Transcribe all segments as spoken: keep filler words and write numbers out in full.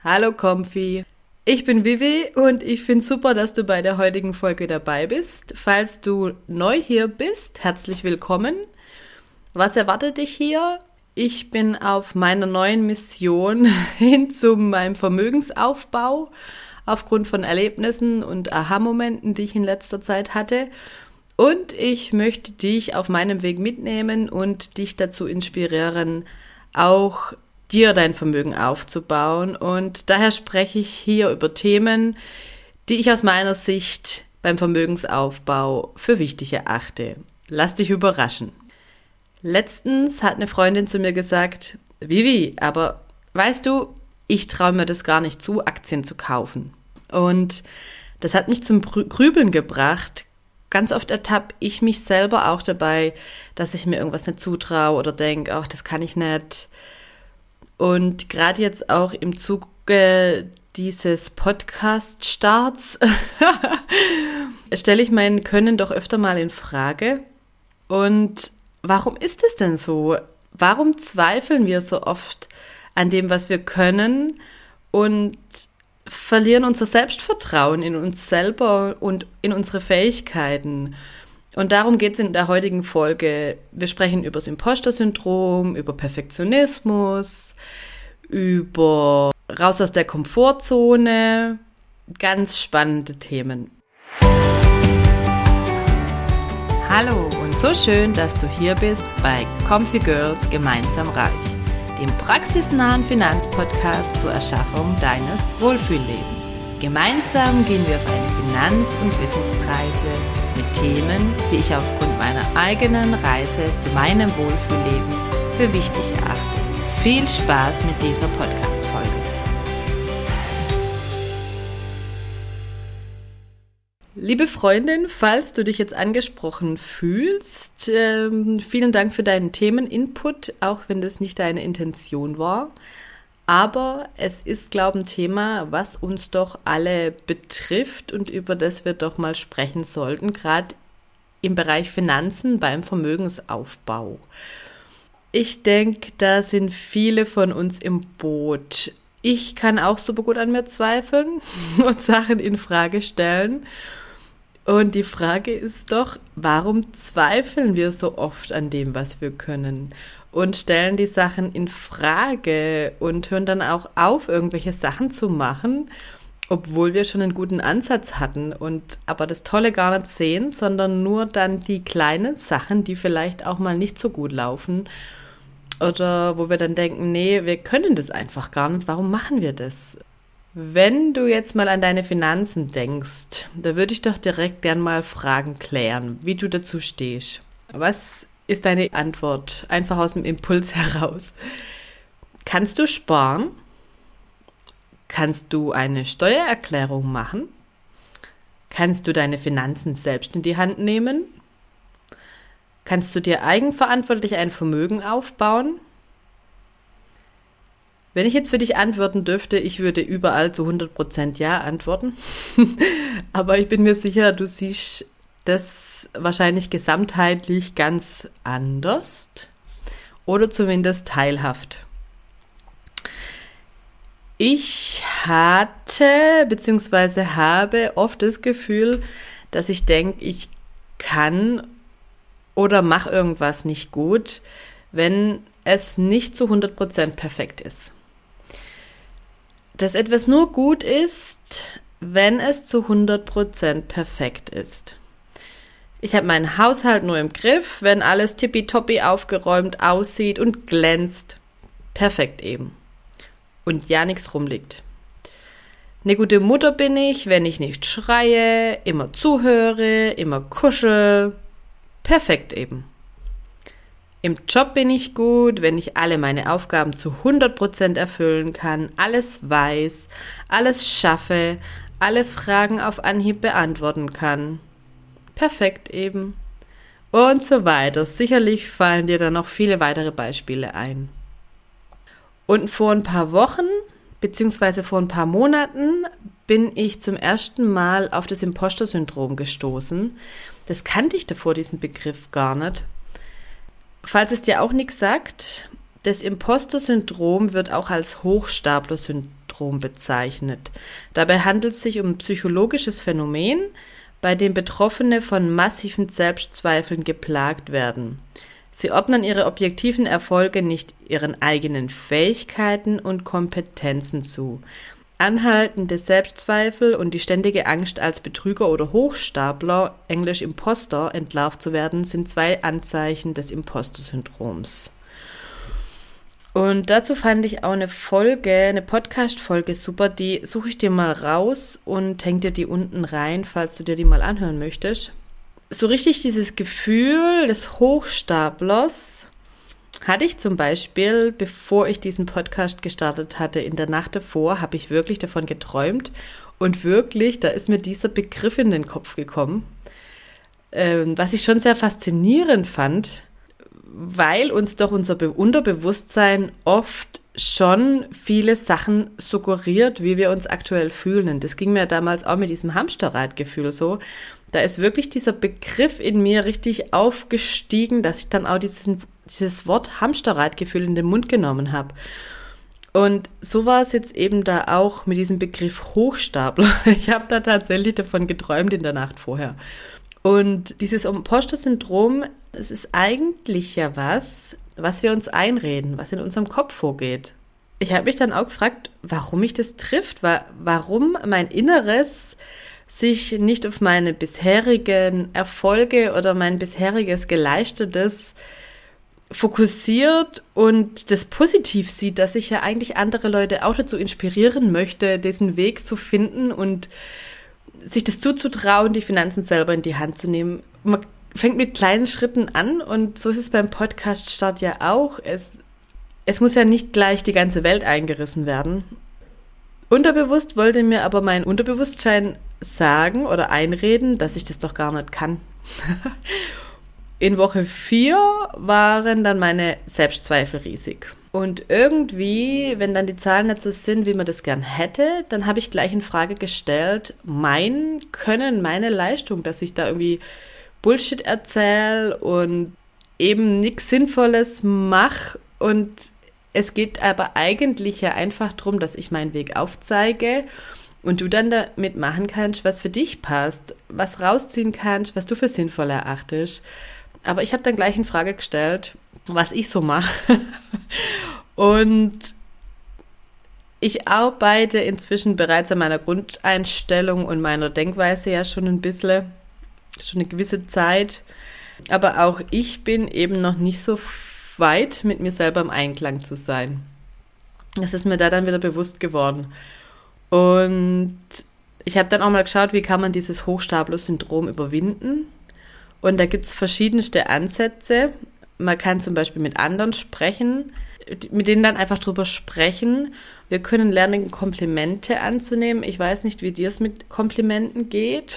Hallo Comfy, ich bin Vivi und ich finde super, dass du bei der heutigen Folge dabei bist. Falls du neu hier bist, herzlich willkommen. Was erwartet dich hier? Ich bin auf meiner neuen Mission hin zu meinem Vermögensaufbau aufgrund von Erlebnissen und Aha-Momenten, die ich in letzter Zeit hatte. Und ich möchte dich auf meinem Weg mitnehmen und dich dazu inspirieren, auch dir dein Vermögen aufzubauen. Und daher spreche ich hier über Themen, die ich aus meiner Sicht beim Vermögensaufbau für wichtig erachte. Lass dich überraschen. Letztens hat eine Freundin zu mir gesagt, Vivi, aber weißt du, ich traue mir das gar nicht zu, Aktien zu kaufen. Und das hat mich zum Grübeln gebracht. Ganz oft ertappe ich mich selber auch dabei, dass ich mir irgendwas nicht zutraue oder denke, ach, das kann ich nicht. Und gerade jetzt auch im Zuge dieses Podcast-Starts stelle ich mein Können doch öfter mal in Frage. Und warum ist es denn so? Warum zweifeln wir so oft an dem, was wir können und verlieren unser Selbstvertrauen in uns selber und in unsere Fähigkeiten? Und darum geht es in der heutigen Folge. Wir sprechen über das Imposter-Syndrom, über Perfektionismus, über raus aus der Komfortzone. Ganz spannende Themen. Hallo und so schön, dass du hier bist bei Comfy Girls gemeinsam reich, dem praxisnahen Finanzpodcast zur Erschaffung deines Wohlfühllebens. Gemeinsam gehen wir auf eine Finanz- und Wissensreise mit Themen, die ich aufgrund meiner eigenen Reise zu meinem Wohlfühlleben für wichtig erachte. Viel Spaß mit dieser Podcast-Folge. Liebe Freundin, falls du dich jetzt angesprochen fühlst, ähm, vielen Dank für deinen Themeninput, auch wenn das nicht deine Intention war. Aber es ist, glaube ich, ein Thema, was uns doch alle betrifft und über das wir doch mal sprechen sollten, gerade im Bereich Finanzen beim Vermögensaufbau. Ich denke, da sind viele von uns im Boot. Ich kann auch super gut an mir zweifeln und Sachen in Frage stellen. Und die Frage ist doch, warum zweifeln wir so oft an dem, was wir können? Und stellen die Sachen in Frage und hören dann auch auf, irgendwelche Sachen zu machen, obwohl wir schon einen guten Ansatz hatten und aber das Tolle gar nicht sehen, sondern nur dann die kleinen Sachen, die vielleicht auch mal nicht so gut laufen oder wo wir dann denken, nee, wir können das einfach gar nicht, warum machen wir das? Wenn du jetzt mal an deine Finanzen denkst, da würde ich doch direkt gern mal Fragen klären, wie du dazu stehst. Was ist deine Antwort? Einfach aus dem Impuls heraus. Kannst du sparen? Kannst du eine Steuererklärung machen? Kannst du deine Finanzen selbst in die Hand nehmen? Kannst du dir eigenverantwortlich ein Vermögen aufbauen? Wenn ich jetzt für dich antworten dürfte, ich würde überall zu hundert Prozent Ja antworten. Aber ich bin mir sicher, du siehst das wahrscheinlich gesamtheitlich ganz anders oder zumindest teilhaft. Ich hatte bzw. habe oft das Gefühl, dass ich denke, ich kann oder mache irgendwas nicht gut, wenn es nicht zu hundert Prozent perfekt ist. Dass etwas nur gut ist, wenn es zu hundert Prozent perfekt ist. Ich habe meinen Haushalt nur im Griff, wenn alles tippitoppi aufgeräumt aussieht und glänzt. Perfekt eben. Und ja, nichts rumliegt. Eine gute Mutter bin ich, wenn ich nicht schreie, immer zuhöre, immer kuschel. Perfekt eben. Im Job bin ich gut, wenn ich alle meine Aufgaben zu hundert Prozent erfüllen kann, alles weiß, alles schaffe, alle Fragen auf Anhieb beantworten kann. Perfekt eben. Und so weiter. Sicherlich fallen dir dann noch viele weitere Beispiele ein. Und vor ein paar Wochen, beziehungsweise vor ein paar Monaten, bin ich zum ersten Mal auf das Imposter-Syndrom gestoßen. Das kannte ich davor, diesen Begriff gar nicht. Falls es dir auch nichts sagt, das Imposter-Syndrom wird auch als Hochstapler-Syndrom Postsyndrom bezeichnet. Dabei handelt es sich um ein psychologisches Phänomen, bei dem Betroffene von massiven Selbstzweifeln geplagt werden. Sie ordnen ihre objektiven Erfolge nicht ihren eigenen Fähigkeiten und Kompetenzen zu. Anhaltende Selbstzweifel und die ständige Angst, als Betrüger oder Hochstapler, englisch Imposter, entlarvt zu werden, sind zwei Anzeichen des Imposter-Syndroms. Und dazu fand ich auch eine Folge, eine Podcast-Folge super, die suche ich dir mal raus und häng dir die unten rein, falls du dir die mal anhören möchtest. So richtig dieses Gefühl des Hochstaplers hatte ich zum Beispiel, bevor ich diesen Podcast gestartet hatte, in der Nacht davor, habe ich wirklich davon geträumt und wirklich, da ist mir dieser Begriff in den Kopf gekommen, ähm, was ich schon sehr faszinierend fand, weil uns doch unser Be- Unterbewusstsein oft schon viele Sachen suggeriert, wie wir uns aktuell fühlen. Und das ging mir damals auch mit diesem Hamsterradgefühl so. Da ist wirklich dieser Begriff in mir richtig aufgestiegen, dass ich dann auch diesen, dieses Wort Hamsterradgefühl in den Mund genommen habe. Und so war es jetzt eben da auch mit diesem Begriff Hochstapler. Ich habe da tatsächlich davon geträumt in der Nacht vorher. Und dieses Imposter-Syndrom, es ist eigentlich ja was, was wir uns einreden, was in unserem Kopf vorgeht. Ich habe mich dann auch gefragt, warum mich das trifft, warum mein Inneres sich nicht auf meine bisherigen Erfolge oder mein bisheriges Geleistetes fokussiert und das positiv sieht, dass ich ja eigentlich andere Leute auch dazu inspirieren möchte, diesen Weg zu finden und sich das zuzutrauen, die Finanzen selber in die Hand zu nehmen. Man fängt mit kleinen Schritten an und so ist es beim Podcast-Start ja auch. Es, es muss ja nicht gleich die ganze Welt eingerissen werden. Unterbewusst wollte mir aber mein Unterbewusstsein sagen oder einreden, dass ich das doch gar nicht kann. In Woche vier waren dann meine Selbstzweifel riesig. Und irgendwie, wenn dann die Zahlen nicht so sind, wie man das gern hätte, dann habe ich gleich in Frage gestellt, mein Können, meine Leistung, dass ich da irgendwie Bullshit erzähle und eben nichts Sinnvolles mache. Und es geht aber eigentlich ja einfach darum, dass ich meinen Weg aufzeige und du dann damit machen kannst, was für dich passt, was rausziehen kannst, was du für sinnvoll erachtest. Aber ich habe dann gleich in Frage gestellt, was ich so mache. Und ich arbeite inzwischen bereits an meiner Grundeinstellung und meiner Denkweise ja schon ein bisschen, schon eine gewisse Zeit. Aber auch ich bin eben noch nicht so weit, mit mir selber im Einklang zu sein. Das ist mir da dann wieder bewusst geworden. Und ich habe dann auch mal geschaut, wie kann man dieses Hochstapler-Syndrom überwinden. Und da gibt es verschiedenste Ansätze. Man kann zum Beispiel mit anderen sprechen, mit denen dann einfach drüber sprechen. Wir können lernen, Komplimente anzunehmen. Ich weiß nicht, wie dir es mit Komplimenten geht.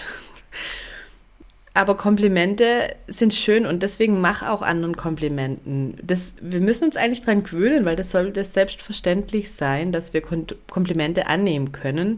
Aber Komplimente sind schön und deswegen mach auch anderen Komplimenten. Das, wir müssen uns eigentlich dran gewöhnen, weil das sollte selbstverständlich sein, dass wir Komplimente annehmen können.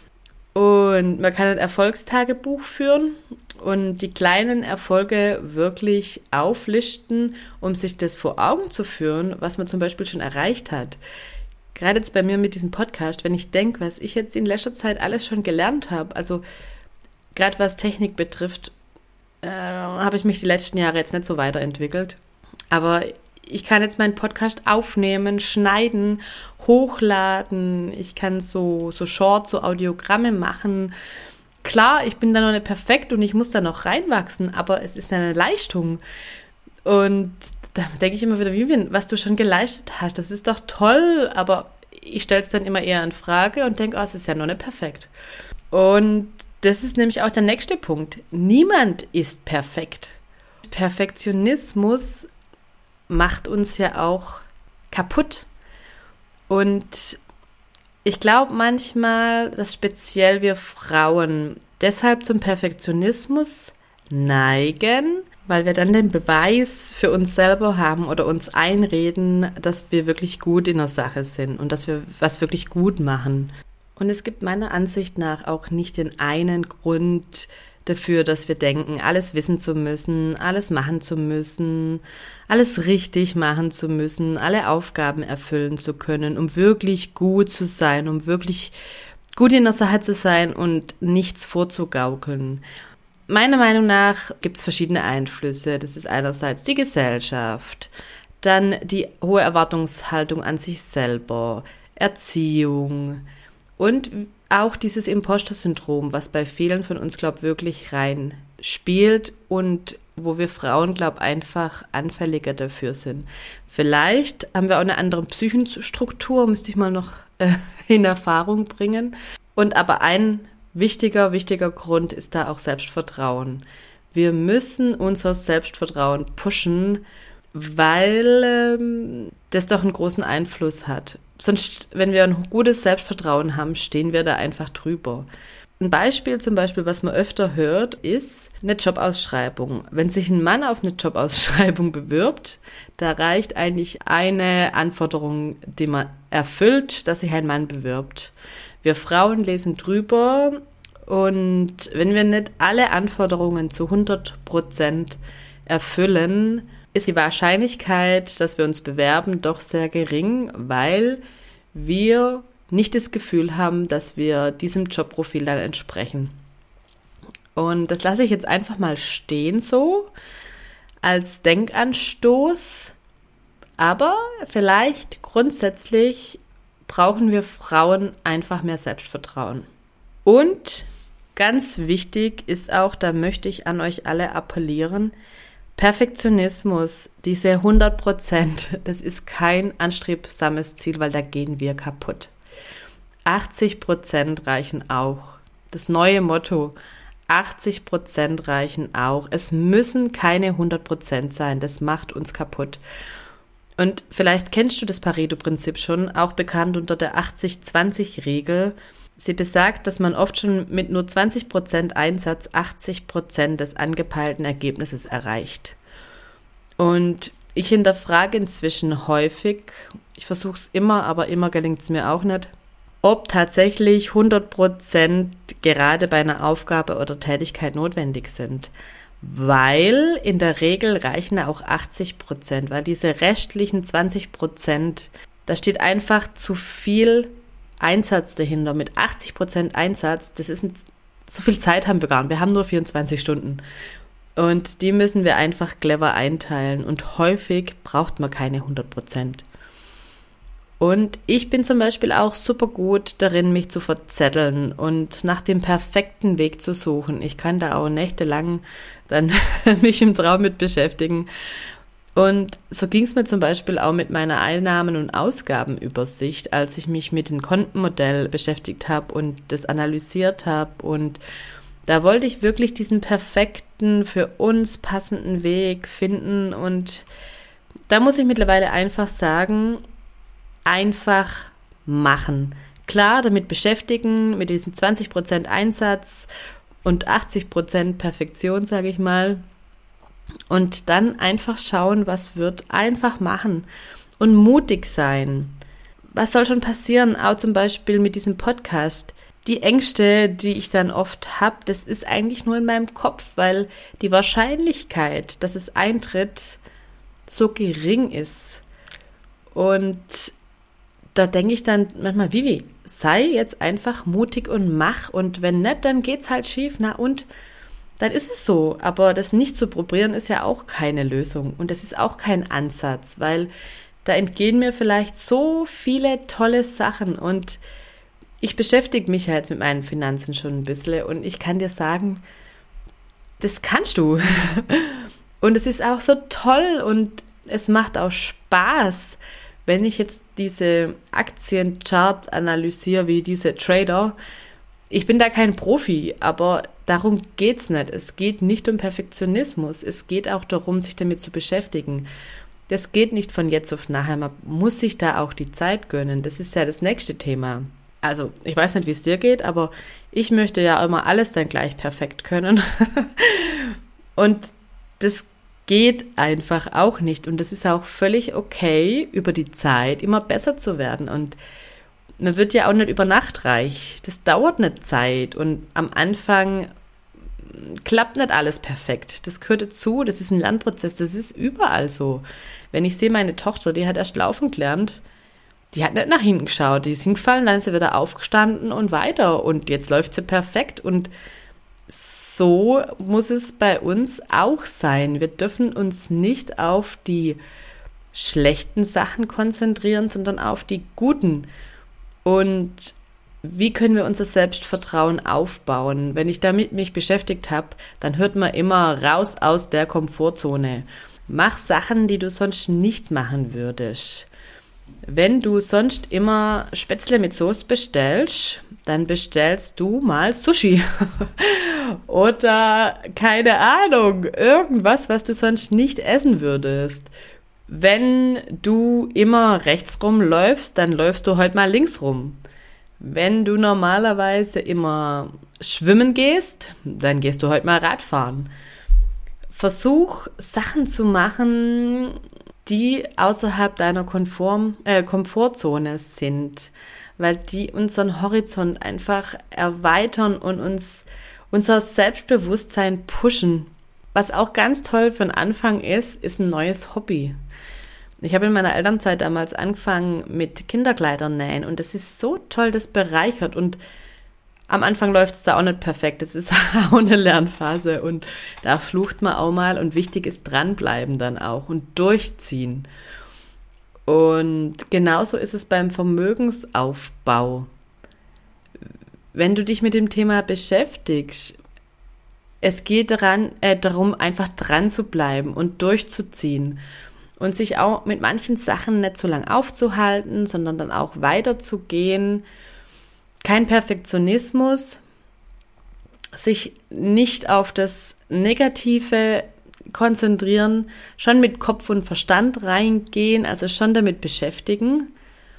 Und man kann ein Erfolgstagebuch führen und die kleinen Erfolge wirklich auflisten, um sich das vor Augen zu führen, was man zum Beispiel schon erreicht hat. Gerade jetzt bei mir mit diesem Podcast, wenn ich denke, was ich jetzt in letzter Zeit alles schon gelernt habe, also gerade was Technik betrifft, äh, habe ich mich die letzten Jahre jetzt nicht so weiterentwickelt. Aber ich kann jetzt meinen Podcast aufnehmen, schneiden, hochladen. Ich kann so, so Shorts, so Audiogramme machen. Klar, ich bin da noch nicht perfekt und ich muss da noch reinwachsen, aber es ist eine Leistung. Und da denke ich immer wieder, Vivian, was du schon geleistet hast, das ist doch toll, aber ich stelle es dann immer eher in Frage und denke, oh, es ist ja noch nicht perfekt. Und das ist nämlich auch der nächste Punkt. Niemand ist perfekt. Perfektionismus macht uns ja auch kaputt. Und ich glaube manchmal, dass speziell wir Frauen deshalb zum Perfektionismus neigen, weil wir dann den Beweis für uns selber haben oder uns einreden, dass wir wirklich gut in der Sache sind und dass wir was wirklich gut machen. Und es gibt meiner Ansicht nach auch nicht den einen Grund, dafür, dass wir denken, alles wissen zu müssen, alles machen zu müssen, alles richtig machen zu müssen, alle Aufgaben erfüllen zu können, um wirklich gut zu sein, um wirklich gut in der Sache zu sein und nichts vorzugaukeln. Meiner Meinung nach gibt es verschiedene Einflüsse. Das ist einerseits die Gesellschaft, dann die hohe Erwartungshaltung an sich selber, Erziehung und auch dieses Imposter-Syndrom, was bei vielen von uns, glaube ich, wirklich rein spielt und wo wir Frauen, glaube ich, einfach anfälliger dafür sind. Vielleicht haben wir auch eine andere Psychenstruktur, müsste ich mal noch äh, in Erfahrung bringen. Und aber ein wichtiger, wichtiger Grund ist da auch Selbstvertrauen. Wir müssen unser Selbstvertrauen pushen, weil ähm, das doch einen großen Einfluss hat. Sonst, wenn wir ein gutes Selbstvertrauen haben, stehen wir da einfach drüber. Ein Beispiel zum Beispiel, was man öfter hört, ist eine Jobausschreibung. Wenn sich ein Mann auf eine Jobausschreibung bewirbt, da reicht eigentlich eine Anforderung, die man erfüllt, dass sich ein Mann bewirbt. Wir Frauen lesen drüber und wenn wir nicht alle Anforderungen zu hundert Prozent erfüllen, ist die Wahrscheinlichkeit, dass wir uns bewerben, doch sehr gering, weil wir nicht das Gefühl haben, dass wir diesem Jobprofil dann entsprechen. Und das lasse ich jetzt einfach mal stehen so, als Denkanstoß. Aber vielleicht grundsätzlich brauchen wir Frauen einfach mehr Selbstvertrauen. Und ganz wichtig ist auch, da möchte ich an euch alle appellieren, Perfektionismus, diese hundert Prozent, das ist kein anstrebsames Ziel, weil da gehen wir kaputt. achtzig Prozent reichen auch. Das neue Motto, achtzig Prozent reichen auch. Es müssen keine hundert Prozent sein, das macht uns kaputt. Und vielleicht kennst du das Pareto-Prinzip schon, auch bekannt unter der achtzig zwanzig Regel. Sie besagt, dass man oft schon mit nur zwanzig Prozent Einsatz achtzig Prozent des angepeilten Ergebnisses erreicht. Und ich hinterfrage inzwischen häufig, ich versuche es immer, aber immer gelingt es mir auch nicht, ob tatsächlich hundert Prozent gerade bei einer Aufgabe oder Tätigkeit notwendig sind. Weil in der Regel reichen auch achtzig Prozent, weil diese restlichen zwanzig Prozent, da steht einfach zu viel Einsatz dahinter. Mit achtzig Prozent Einsatz, das ist ein, so viel Zeit haben wir gar nicht. Wir haben nur vierundzwanzig Stunden. Und die müssen wir einfach clever einteilen. Und häufig braucht man keine hundert Prozent. Und ich bin zum Beispiel auch super gut darin, mich zu verzetteln und nach dem perfekten Weg zu suchen. Ich kann da auch nächtelang dann mich im Traum mit beschäftigen. Und so ging es mir zum Beispiel auch mit meiner Einnahmen- und Ausgabenübersicht, als ich mich mit dem Kontenmodell beschäftigt habe und das analysiert habe. Und da wollte ich wirklich diesen perfekten, für uns passenden Weg finden. Und da muss ich mittlerweile einfach sagen, einfach machen. Klar, damit beschäftigen, mit diesem zwanzig Prozent Einsatz und achtzig Prozent Perfektion, sage ich mal. Und dann einfach schauen, was wird. Einfach machen und mutig sein. Was soll schon passieren? Auch zum Beispiel mit diesem Podcast. Die Ängste, die ich dann oft habe, das ist eigentlich nur in meinem Kopf, weil die Wahrscheinlichkeit, dass es eintritt, so gering ist. Und da denke ich dann manchmal, Vivi, sei jetzt einfach mutig und mach. Und wenn nicht, dann geht's halt schief. Na und dann ist es so. Aber das nicht zu probieren, ist ja auch keine Lösung. Und das ist auch kein Ansatz, weil da entgehen mir vielleicht so viele tolle Sachen. Und ich beschäftige mich ja jetzt mit meinen Finanzen schon ein bisschen. Und ich kann dir sagen, das kannst du. Und es ist auch so toll und es macht auch Spaß. Wenn ich jetzt diese Aktienchart analysiere, wie diese Trader, ich bin da kein Profi, aber darum geht's nicht. Es geht nicht um Perfektionismus. Es geht auch darum, sich damit zu beschäftigen. Das geht nicht von jetzt auf nachher. Man muss sich da auch die Zeit gönnen. Das ist ja das nächste Thema. Also, ich weiß nicht, wie es dir geht, aber ich möchte ja immer alles dann gleich perfekt können. Und das geht einfach auch nicht. Und das ist auch völlig okay, über die Zeit immer besser zu werden. Und man wird ja auch nicht über Nacht reich. Das dauert eine Zeit. Und am Anfang klappt nicht alles perfekt. Das gehört dazu, das ist ein Lernprozess, das ist überall so. Wenn ich sehe, meine Tochter, die hat erst laufen gelernt, die hat nicht nach hinten geschaut, die ist hingefallen, dann ist sie wieder aufgestanden und weiter und jetzt läuft sie perfekt und so muss es bei uns auch sein. Wir dürfen uns nicht auf die schlechten Sachen konzentrieren, sondern auf die guten. Und wie können wir unser Selbstvertrauen aufbauen? Wenn ich damit mich beschäftigt habe, dann hört man immer raus aus der Komfortzone. Mach Sachen, die du sonst nicht machen würdest. Wenn du sonst immer Spätzle mit Soße bestellst, dann bestellst du mal Sushi. Oder, keine Ahnung, irgendwas, was du sonst nicht essen würdest. Wenn du immer rechts rumläufst, dann läufst du heute mal links rum. Wenn du normalerweise immer schwimmen gehst, dann gehst du heute mal Radfahren. Versuch, Sachen zu machen, die außerhalb deiner Konform, äh, Komfortzone sind, weil die unseren Horizont einfach erweitern und uns unser Selbstbewusstsein pushen. Was auch ganz toll für den Anfang ist, ist ein neues Hobby. Ich habe in meiner Elternzeit damals angefangen mit Kinderkleidern nähen und das ist so toll, das bereichert und am Anfang läuft es da auch nicht perfekt, das ist auch eine Lernphase und da flucht man auch mal und wichtig ist dranbleiben dann auch und durchziehen. Und genauso ist es beim Vermögensaufbau. Wenn du dich mit dem Thema beschäftigst, es geht daran, äh, darum, einfach dran zu bleiben und durchzuziehen und sich auch mit manchen Sachen nicht so lange aufzuhalten, sondern dann auch weiterzugehen. Kein Perfektionismus, sich nicht auf das Negative konzentrieren, schon mit Kopf und Verstand reingehen, also schon damit beschäftigen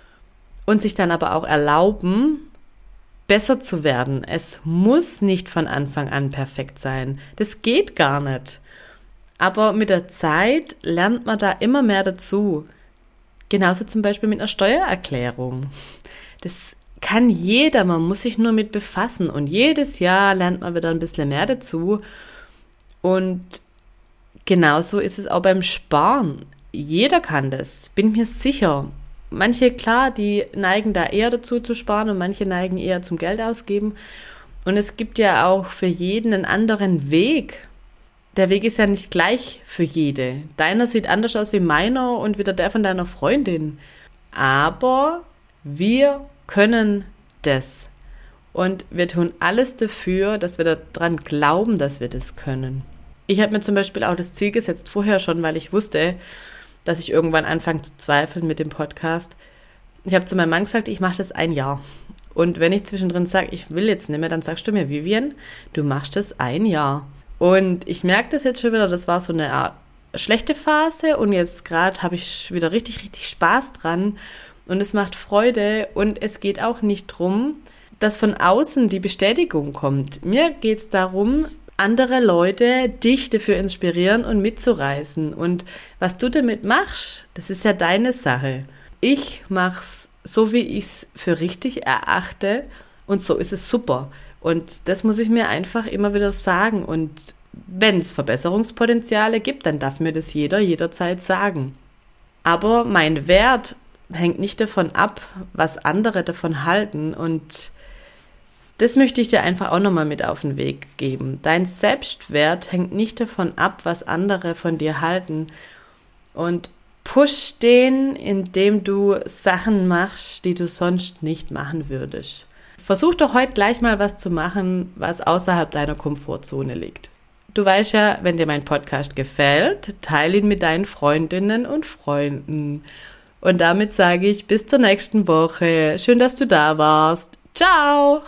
und sich dann aber auch erlauben, besser zu werden. Es muss nicht von Anfang an perfekt sein. Das geht gar nicht. Aber mit der Zeit lernt man da immer mehr dazu. Genauso zum Beispiel mit einer Steuererklärung. Das kann jeder, man muss sich nur mit befassen. Und jedes Jahr lernt man wieder ein bisschen mehr dazu. Und genauso ist es auch beim Sparen. Jeder kann das, bin mir sicher. Manche, klar, die neigen da eher dazu zu sparen und manche neigen eher zum Geld ausgeben. Und es gibt ja auch für jeden einen anderen Weg. Der Weg ist ja nicht gleich für jede. Deiner sieht anders aus wie meiner und wieder der von deiner Freundin. Aber wir können das. Und wir tun alles dafür, dass wir daran glauben, dass wir das können. Ich habe mir zum Beispiel auch das Ziel gesetzt, vorher schon, weil ich wusste, dass ich irgendwann anfange zu zweifeln mit dem Podcast. Ich habe zu meinem Mann gesagt, ich mache das ein Jahr. Und wenn ich zwischendrin sage, ich will jetzt nicht mehr, dann sagst du mir, Vivian, du machst das ein Jahr. Und ich merke das jetzt schon wieder, das war so eine Art schlechte Phase und jetzt gerade habe ich wieder richtig, richtig Spaß dran und es macht Freude und es geht auch nicht drum, dass von außen die Bestätigung kommt. Mir geht es darum, andere Leute, dich dafür inspirieren und mitzureißen. Und was du damit machst, das ist ja deine Sache. Ich mach's so, wie ich es für richtig erachte und so ist es super. Und das muss ich mir einfach immer wieder sagen. Und wenn es Verbesserungspotenziale gibt, dann darf mir das jeder jederzeit sagen. Aber mein Wert hängt nicht davon ab, was andere davon halten. Und das möchte ich dir einfach auch nochmal mit auf den Weg geben. Dein Selbstwert hängt nicht davon ab, was andere von dir halten. Und push den, indem du Sachen machst, die du sonst nicht machen würdest. Versuch doch heute gleich mal was zu machen, was außerhalb deiner Komfortzone liegt. Du weißt ja, wenn dir mein Podcast gefällt, teile ihn mit deinen Freundinnen und Freunden. Und damit sage ich bis zur nächsten Woche. Schön, dass du da warst. Ciao!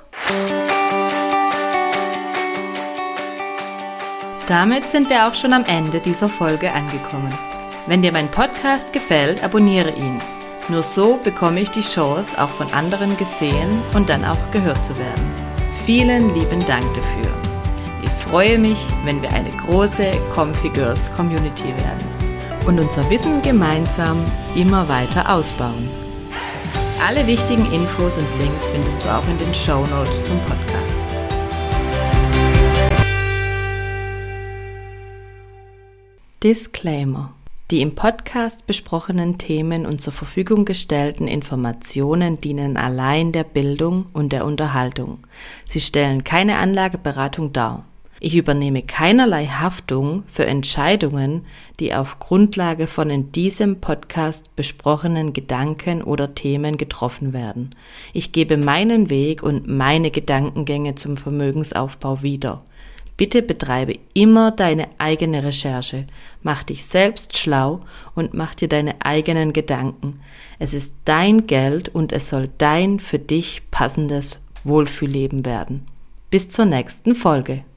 Damit sind wir auch schon am Ende dieser Folge angekommen. Wenn dir mein Podcast gefällt, abonniere ihn. Nur so bekomme ich die Chance, auch von anderen gesehen und dann auch gehört zu werden. Vielen lieben Dank dafür. Ich freue mich, wenn wir eine große Comfy Girls Community werden und unser Wissen gemeinsam immer weiter ausbauen. Alle wichtigen Infos und Links findest du auch in den Shownotes zum Podcast. Disclaimer: Die im Podcast besprochenen Themen und zur Verfügung gestellten Informationen dienen allein der Bildung und der Unterhaltung. Sie stellen keine Anlageberatung dar. Ich übernehme keinerlei Haftung für Entscheidungen, die auf Grundlage von in diesem Podcast besprochenen Gedanken oder Themen getroffen werden. Ich gebe meinen Weg und meine Gedankengänge zum Vermögensaufbau wieder. Bitte betreibe immer deine eigene Recherche, mach dich selbst schlau und mach dir deine eigenen Gedanken. Es ist dein Geld und es soll dein für dich passendes Wohlfühlleben werden. Bis zur nächsten Folge.